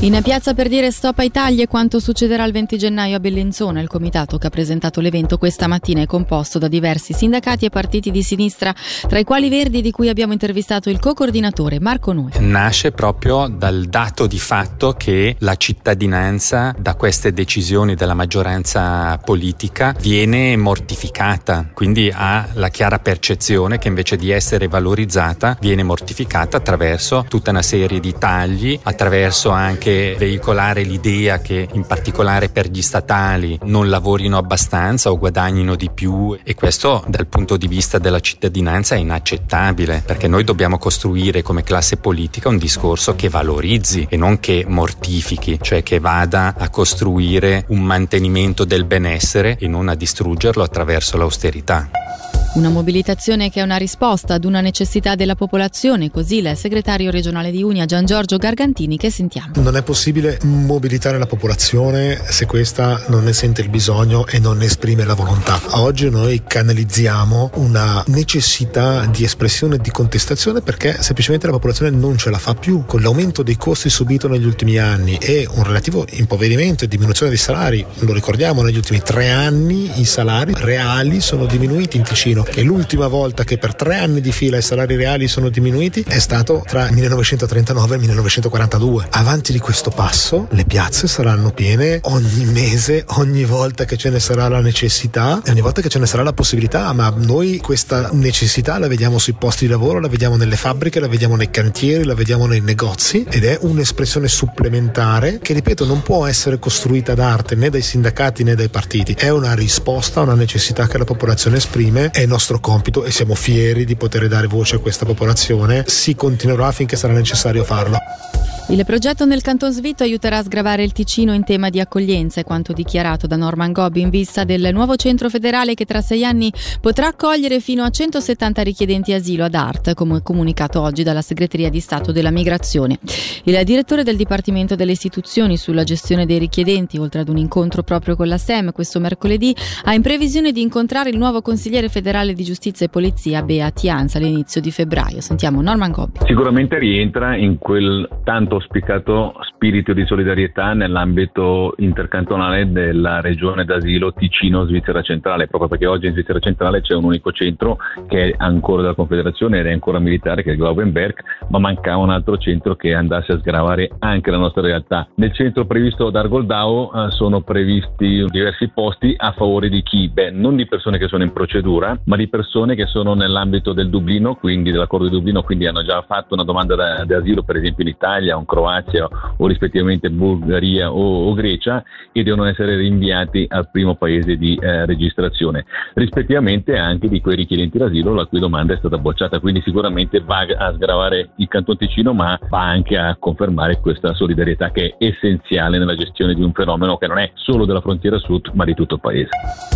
In piazza per dire stop ai tagli e quanto succederà il 20 gennaio a Bellinzona. Il comitato che ha presentato l'evento questa mattina è composto da diversi sindacati e partiti di sinistra, tra i quali Verdi, di cui abbiamo intervistato il co-coordinatore Marco Noi. Nasce proprio dal dato di fatto che la cittadinanza da queste decisioni della maggioranza politica viene mortificata, quindi ha la chiara percezione che invece di essere valorizzata viene mortificata attraverso tutta una serie di tagli, attraverso anche veicolare l'idea che in particolare per gli statali non lavorino abbastanza o guadagnino di più, e questo dal punto di vista della cittadinanza è inaccettabile, perché noi dobbiamo costruire come classe politica un discorso che valorizzi e non che mortifichi, cioè che vada a costruire un mantenimento del benessere e non a distruggerlo attraverso l'austerità. Una mobilitazione che è una risposta ad una necessità della popolazione, così il segretario regionale di Unia Gian Giorgio Gargantini, che sentiamo. Non è possibile mobilitare la popolazione se questa non ne sente il bisogno e non ne esprime la volontà. Oggi noi canalizziamo una necessità di espressione e di contestazione perché semplicemente la popolazione non ce la fa più. Con l'aumento dei costi subito negli ultimi anni e un relativo impoverimento e diminuzione dei salari, lo ricordiamo, negli ultimi 3 anni i salari reali sono diminuiti in Ticino. E l'ultima volta che per 3 anni di fila i salari reali sono diminuiti è stato tra 1939 e 1942. Avanti di questo passo le piazze saranno piene ogni mese, ogni volta che ce ne sarà la necessità e ogni volta che ce ne sarà la possibilità, ma noi questa necessità la vediamo sui posti di lavoro, la vediamo nelle fabbriche, la vediamo nei cantieri, la vediamo nei negozi, ed è un'espressione supplementare che, ripeto, non può essere costruita d'arte né dai sindacati né dai partiti. È una risposta a una necessità che la popolazione esprime, è il nostro compito e siamo fieri di poter dare voce a questa popolazione. Si continuerà finché sarà necessario farlo. Il progetto nel Canton Svitto aiuterà a sgravare il Ticino in tema di accoglienza, è quanto dichiarato da Norman Gobbi in vista del nuovo centro federale che tra 6 anni potrà accogliere fino a 170 richiedenti asilo ad Art, come comunicato oggi dalla Segreteria di Stato della Migrazione. Il direttore del Dipartimento delle Istituzioni sulla gestione dei richiedenti, oltre ad un incontro proprio con la SEM questo mercoledì, ha in previsione di incontrare il nuovo consigliere federale di giustizia e polizia Bea Tianza all'inizio di febbraio. Sentiamo Norman Gobbi. Sicuramente rientra in quel tanto auspicato spirito di solidarietà nell'ambito intercantonale della regione d'asilo Ticino-Svizzera Centrale, proprio perché oggi in Svizzera Centrale c'è un unico centro che è ancora della Confederazione ed è ancora militare, che è il Glaubenberg, ma mancava un altro centro che andasse a sgravare anche la nostra realtà. Nel centro previsto ad Argoldau sono previsti diversi posti a favore di chi? Non di persone che sono in procedura, ma di persone che sono nell'ambito del Dublino, quindi dell'accordo di Dublino, quindi hanno già fatto una domanda di asilo per esempio in Italia, in Croazia o rispettivamente Bulgaria o Grecia, e devono essere rinviati al primo paese di registrazione, rispettivamente anche di quei richiedenti d'asilo la cui domanda è stata bocciata. Quindi sicuramente va a sgravare il Canton Ticino, ma va anche a confermare questa solidarietà che è essenziale nella gestione di un fenomeno che non è solo della frontiera sud ma di tutto il paese.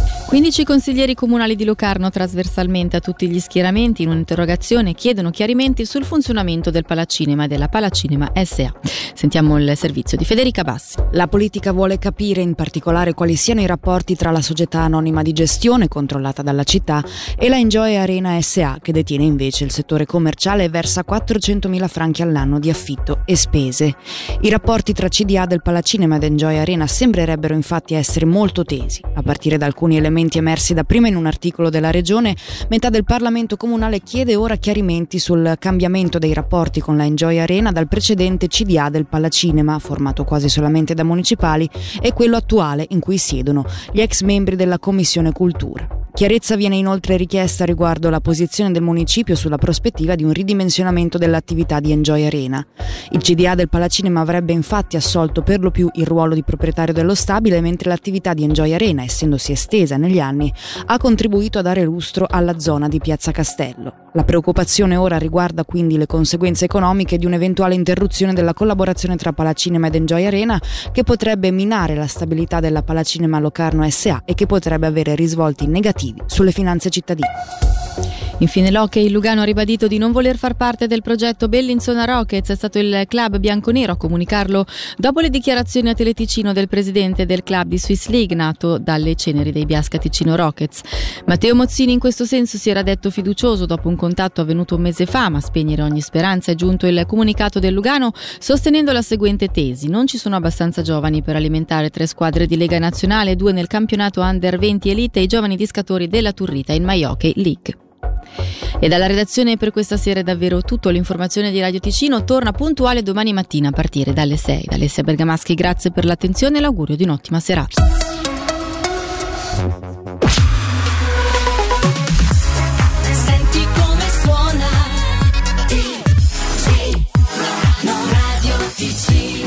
15 consiglieri comunali di Locarno trasversalmente a tutti gli schieramenti in un'interrogazione chiedono chiarimenti sul funzionamento del Palacinema e della Palacinema SA. Sentiamo il servizio di Federica Bassi. La politica vuole capire in particolare quali siano i rapporti tra la società anonima di gestione controllata dalla città e la Enjoy Arena SA, che detiene invece il settore commerciale e versa 400.000 franchi all'anno di affitto e spese. I rapporti tra CDA del Palacinema ed Enjoy Arena sembrerebbero infatti essere molto tesi, a partire da alcuni elementi emersi dapprima in un articolo della Regione. Metà del Parlamento comunale chiede ora chiarimenti sul cambiamento dei rapporti con la Enjoy Arena dal precedente CDA del Palacinema, formato quasi solamente da municipali, e quello attuale in cui siedono gli ex membri della Commissione Cultura. Chiarezza viene inoltre richiesta riguardo la posizione del municipio sulla prospettiva di un ridimensionamento dell'attività di Enjoy Arena. Il CDA del Palacinema avrebbe infatti assolto per lo più il ruolo di proprietario dello stabile, mentre l'attività di Enjoy Arena, essendosi estesa negli anni, ha contribuito a dare lustro alla zona di Piazza Castello. La preoccupazione ora riguarda quindi le conseguenze economiche di un'eventuale interruzione della collaborazione tra Palacinema ed Enjoy Arena, che potrebbe minare la stabilità della Palacinema Locarno SA e che potrebbe avere risvolti negativi sulle finanze cittadine. Infine l'hockey, il Lugano ha ribadito di non voler far parte del progetto Bellinzona Rockets. È stato il club bianconero a comunicarlo dopo le dichiarazioni a Teleticino del presidente del club di Swiss League, nato dalle ceneri dei Biasca Ticino Rockets. Matteo Mozzini in questo senso si era detto fiducioso dopo un contatto avvenuto un mese fa, ma a spegnere ogni speranza è giunto il comunicato del Lugano sostenendo la seguente tesi: non ci sono abbastanza giovani per alimentare 3 squadre di Lega Nazionale, 2 nel campionato Under 20 Elite e i giovani discatori della Turrita in My Hockey League. E dalla redazione per questa sera è davvero tutto. L'informazione di Radio Ticino torna puntuale domani mattina a partire dalle 6. Da Alessia Bergamaschi grazie per l'attenzione e l'augurio di un'ottima serata.